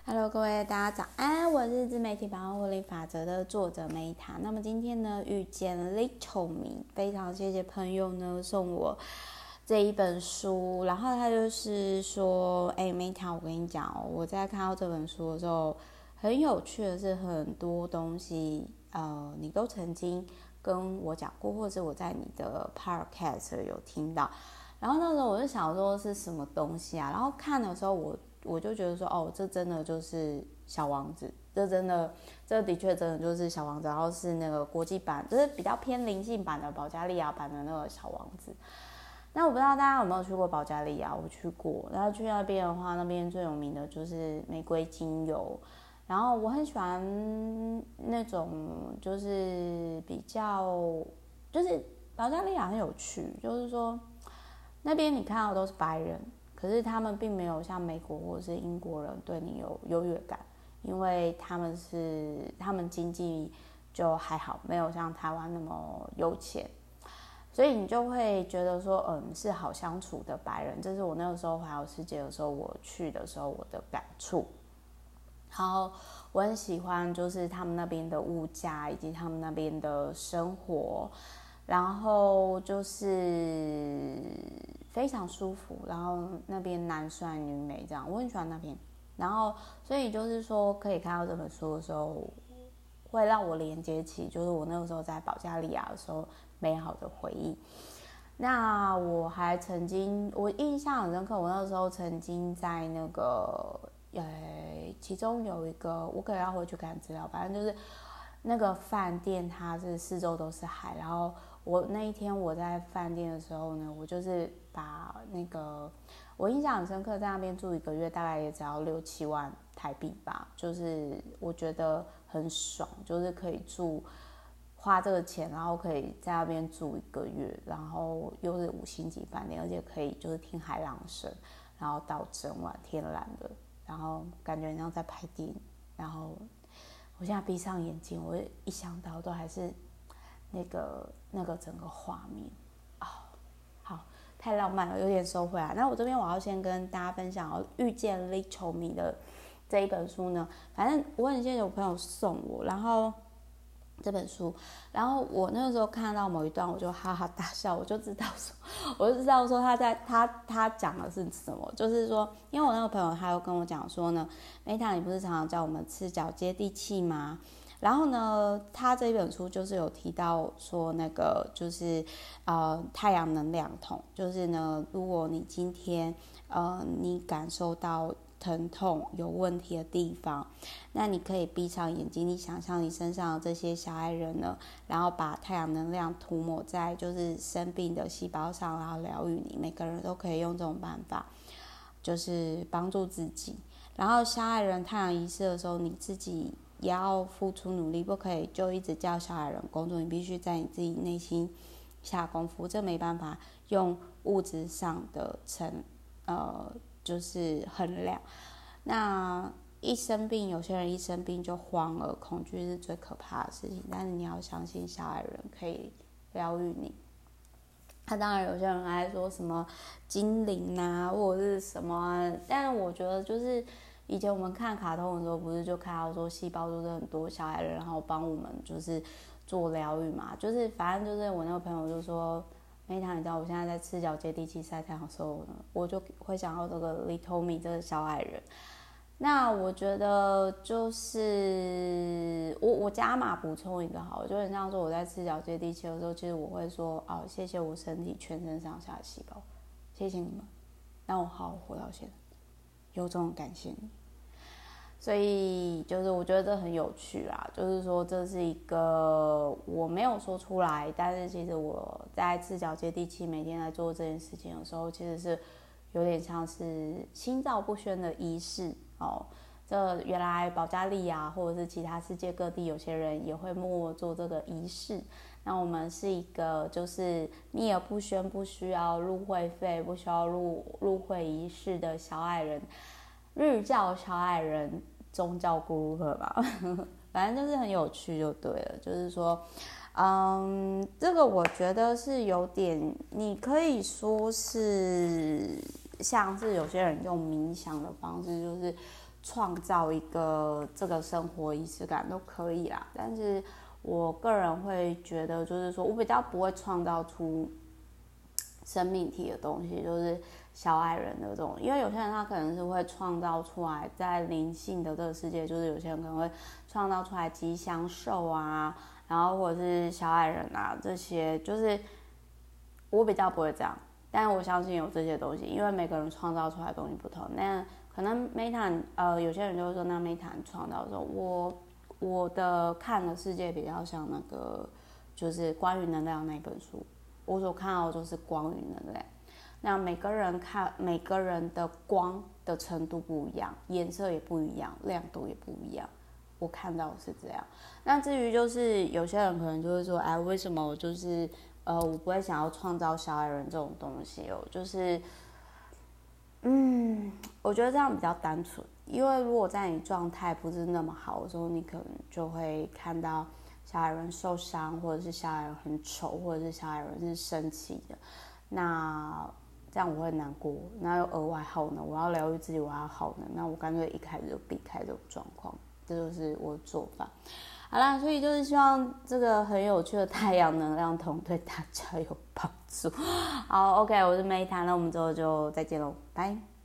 Hello，各位大家早安，我是自媒体百万获利法则的作者Meta。那么今天呢，遇见 Little Me， 非常谢谢朋友呢送我这一本书，然后他就是说，Meta， 我跟你讲哦，我在看到这本书的时候，很有趣的是很多东西，你都曾经跟我讲过，或者我在你的 podcast 有听到。然后那时候我就想说是什么东西啊？然后看的时候我就觉得说，哦，这真的就是小王子，这的确真的就是小王子，然后是那个国际版，就是比较偏灵性版的保加利亚版的那个小王子。那我不知道大家有没有去过保加利亚，我去过。然后去那边的话，那边最有名的就是玫瑰精油。然后我很喜欢那种就是比较，就是保加利亚很有趣，就是说那边你看到的都是白人。可是他们并没有像美国或是英国人对你有优越感，因为他们经济就还好，没有像台湾那么有钱，所以你就会觉得说，是好相处的白人。这是我那个时候环游世界的时候，我去的时候我的感触。然后我很喜欢就是他们那边的物价以及他们那边的生活。然后就是非常舒服，然后那边男帅女美这样，我很喜欢那边。然后所以就是说，可以看到这本书的时候，会让我连接起就是我那个时候在保加利亚的时候美好的回忆。那我还曾经，我印象很深刻，我那时候曾经在那个其中有一个，我可能要回去看资料，反正就是那个饭店，它是四周都是海。然后我那一天我在饭店的时候呢，我就是把那个我印象很深刻，在那边住1个月，大概也只要6、7万台币吧，就是我觉得很爽，就是可以花这个钱，然后可以在那边住1个月，然后又是5星级饭店，而且可以就是听海浪声，然后到整晚天蓝的，然后感觉像在拍电影。然后我现在闭上眼睛，我一想到都还是那个整个画面，好，太浪漫了，有点收回来。那我这边我要先跟大家分享遇见 Little Me 的这一本书呢，反正我很谢谢我朋友送我，然后这本书，然后我那个时候看到某一段，我就哈哈大笑，我就知道说他讲的是什么，就是说，因为我那个朋友他又跟我讲说呢，Meta，你不是常常叫我们赤脚接地气吗？然后呢，他这一本书就是有提到说，那个就是太阳能量筒，就是呢，如果你今天你感受到疼痛有问题的地方，那你可以闭上眼睛，你想象你身上的这些小矮人呢，然后把太阳能量涂抹在就是生病的细胞上，然后疗愈你。每个人都可以用这种办法，就是帮助自己。然后小矮人太阳仪式的时候，你自己也要付出努力，不可以就一直叫小矮人工作，你必须在你自己内心下功夫。这没办法用物质上的就是衡量。那一生病，有些人一生病就慌了，恐惧是最可怕的事情。但是你要相信小矮人可以疗愈你。他当然有些人还说什么精灵啊，或者是什么啊，但是我觉得就是以前我们看卡通的时候，不是就看到说细胞就是很多小矮人，然后帮我们就是做疗愈嘛。就是反正就是我那个朋友就说，Meta，你知道我现在在赤脚接地气晒太阳的时候呢，我就会想到这个 Little Me 这个小矮人。那我觉得就是我加码补充一个好，就很像说我在赤脚接地气的时候，其实我会说谢谢我身体全身上下的细胞，谢谢你们，让我好好活到现在，有这种感谢你。所以就是我觉得这很有趣啦，就是说这是一个我没有说出来，但是其实我在赤脚接地气每天在做这件事情的时候，其实是有点像是心照不宣的仪式哦。这原来保加利亚或者是其他世界各地有些人也会默默做这个仪式。那我们是一个就是秘而不宣，不需要入会费，不需要入会仪式的小矮人，日教小矮人宗教顾路客吧。反正就是很有趣就对了。就是说这个我觉得是有点，你可以说是像是有些人用冥想的方式，就是创造一个这个生活仪式感都可以啦。但是我个人会觉得，就是说我比较不会创造出生命体的东西，就是小矮人的这种，因为有些人他可能是会创造出来，在灵性的这个世界，就是有些人可能会创造出来吉祥兽啊，然后或者是小矮人啊，这些就是我比较不会这样，但我相信有这些东西，因为每个人创造出来的东西不同。那可能Meta有些人就会说，那Meta创造的时候，我的看的世界比较像那个就是关于能量那本书。我所看到的就是光与能量，那每个人的光的程度不一样，颜色也不一样，亮度也不一样。我看到的是这样。那至于就是有些人可能就会说，哎，为什么我就是我不会想要创造小矮人这种东西哦？就是我觉得这样比较单纯，因为如果在你状态不是那么好的时候，你可能就会看到小矮人受伤，或者是小矮人很丑，或者是小矮人是生气的，那这样我会难过，那又额外耗能，我要疗愈自己，我要耗能，那我干脆一开始就避开这种状况，这就是我的做法。好啦，所以就是希望这个很有趣的太阳能量筒对大家有帮助。好 ，OK， 我是Meta，那我们之后就再见喽，拜。